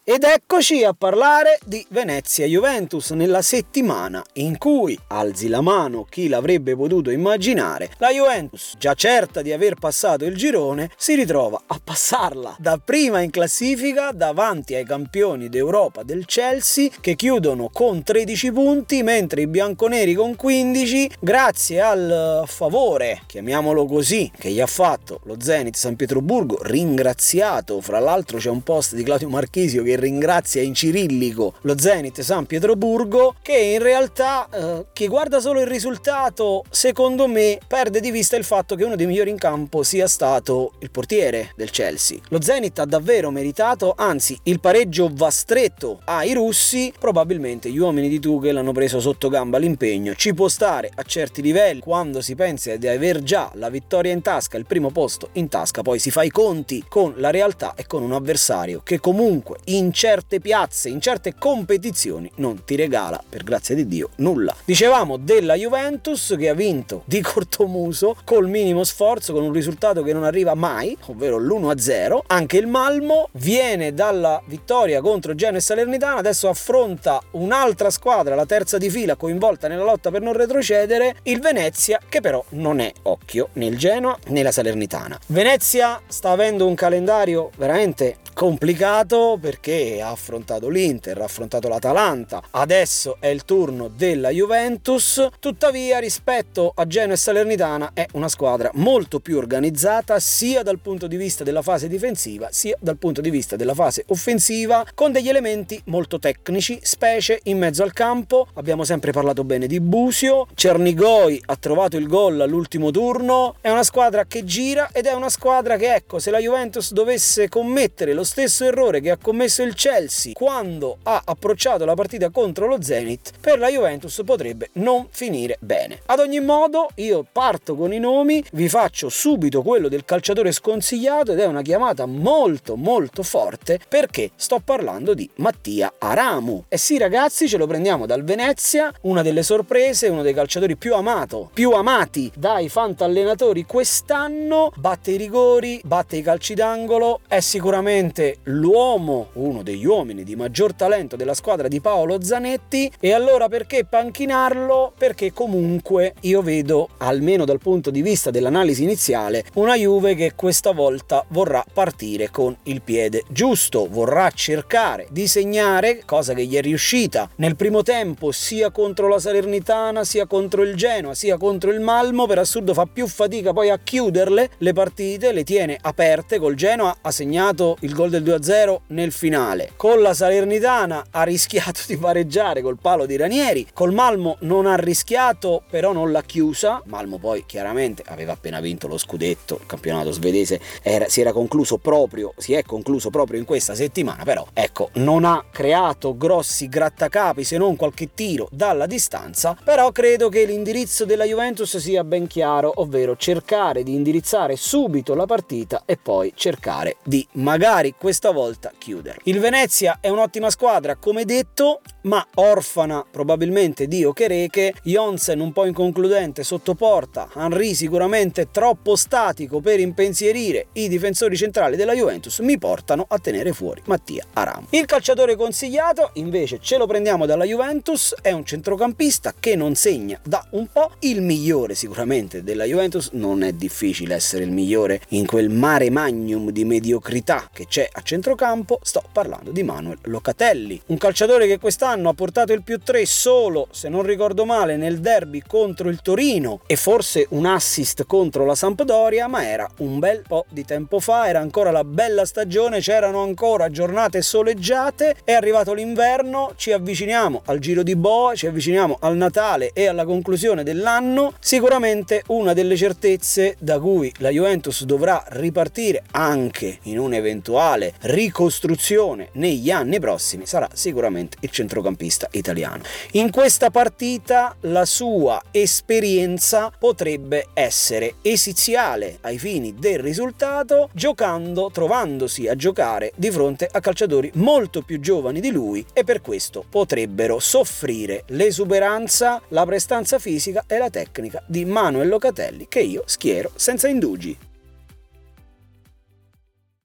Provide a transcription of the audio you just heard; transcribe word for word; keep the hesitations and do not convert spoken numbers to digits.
Ed eccoci a parlare di Venezia-Juventus nella settimana in cui, alzi la mano chi l'avrebbe potuto immaginare, la Juventus, già certa di aver passato il girone, si ritrova a passarla da prima in classifica davanti ai campioni d'Europa del Chelsea, che chiudono con tredici punti, mentre i bianconeri con quindici, grazie al favore, chiamiamolo così, che gli ha fatto lo Zenit San Pietroburgo, ringraziato, fra l'altro c'è un post di Claudio Marchisio che ringrazia in cirillico lo Zenit San Pietroburgo, che in realtà eh, chi guarda solo il risultato, secondo me, perde di vista il fatto che uno dei migliori in campo sia stato il portiere del Chelsea. Lo Zenit ha davvero meritato, anzi il pareggio va stretto ai russi, probabilmente gli uomini di Tuchel hanno preso sotto gamba l'impegno, ci può stare a certi livelli quando si pensa di aver già la vittoria in tasca, il primo posto in tasca, poi si fa i conti con la realtà e con un avversario che comunque in certe piazze, in certe competizioni non ti regala, per grazia di Dio, nulla. Dicevamo della Juventus che ha vinto di cortomuso col minimo sforzo, con un risultato che non arriva mai, ovvero l'uno a zero. Anche il Malmo viene dalla vittoria contro Genoa e Salernitana, adesso affronta un'altra squadra, la terza di fila coinvolta nella lotta per non retrocedere, il Venezia, che però non è occhio né il Genoa né la Salernitana. Venezia sta avendo un calendario veramente complicato perché ha affrontato l'Inter, ha affrontato l'Atalanta, adesso è il turno della Juventus. Tuttavia, rispetto a Genoa e Salernitana, è una squadra molto più organizzata sia dal punto di vista della fase difensiva sia dal punto di vista della fase offensiva, con degli elementi molto tecnici, specie in mezzo al campo. Abbiamo sempre parlato bene di Busio, Cernigoi ha trovato il gol all'ultimo turno, è una squadra che gira ed è una squadra che, ecco, se la Juventus dovesse commettere lo stesso errore che ha commesso il Chelsea quando ha approcciato la partita contro lo Zenit, per la Juventus potrebbe non finire bene. Ad ogni modo, io parto con i nomi, vi faccio subito quello del calciatore sconsigliato ed è una chiamata molto molto forte perché sto parlando di Mattia Aramu. E sì ragazzi, ce lo prendiamo dal Venezia, una delle sorprese, uno dei calciatori più amato, più amati dai fantallenatori quest'anno, batte i rigori, batte i calci d'angolo, è sicuramente l'uomo, uno degli uomini di maggior talento della squadra di Paolo Zanetti. E allora perché panchinarlo? Perché comunque io vedo, almeno dal punto di vista dell'analisi iniziale, una Juve che questa volta vorrà partire con il piede giusto, vorrà cercare di segnare, cosa che gli è riuscita nel primo tempo sia contro la Salernitana, sia contro il Genoa, sia contro il Malmo. Per assurdo fa più fatica poi a chiuderle le partite, le tiene aperte. Col Genoa ha segnato il gol del due a zero nel finale, con la Salernitana ha rischiato di pareggiare col palo di Ranieri, col Malmo non ha rischiato però non l'ha chiusa. Malmo poi chiaramente aveva appena vinto lo scudetto, il campionato svedese era, si era concluso proprio si è concluso proprio in questa settimana, però ecco, non ha creato grossi grattacapi se non qualche tiro dalla distanza. Però credo che l'indirizzo della Juventus sia ben chiaro, ovvero cercare di indirizzare subito la partita e poi cercare di magari questa volta chiudere. Il Venezia è un'ottima squadra, come detto, ma orfana probabilmente di Okereke, Jonsen un po' inconcludente sotto porta, Henry sicuramente troppo statico per impensierire i difensori centrali della Juventus, mi portano a tenere fuori Mattia Aramu. Il calciatore consigliato invece ce lo prendiamo dalla Juventus, è un centrocampista che non segna da un po', il migliore sicuramente della Juventus, non è difficile essere il migliore in quel mare magnum di mediocrità che c'è a centrocampo, sto parlando di Manuel Locatelli, un calciatore che quest'anno ha portato il più tre solo, se non ricordo male, nel derby contro il Torino e forse un assist contro la Sampdoria, ma era un bel po' di tempo fa, era ancora la bella stagione, c'erano ancora giornate soleggiate, è arrivato l'inverno, ci avviciniamo al Giro di Boa, ci avviciniamo al Natale e alla conclusione dell'anno. Sicuramente una delle certezze da cui la Juventus dovrà ripartire anche in un eventuale ricostruzione negli anni prossimi sarà sicuramente il centrocampista italiano. In questa partita la sua esperienza potrebbe essere esiziale ai fini del risultato, giocando, trovandosi a giocare di fronte a calciatori molto più giovani di lui, e per questo potrebbero soffrire l'esuberanza, la prestanza fisica e la tecnica di Manuel Locatelli, che io schiero senza indugi.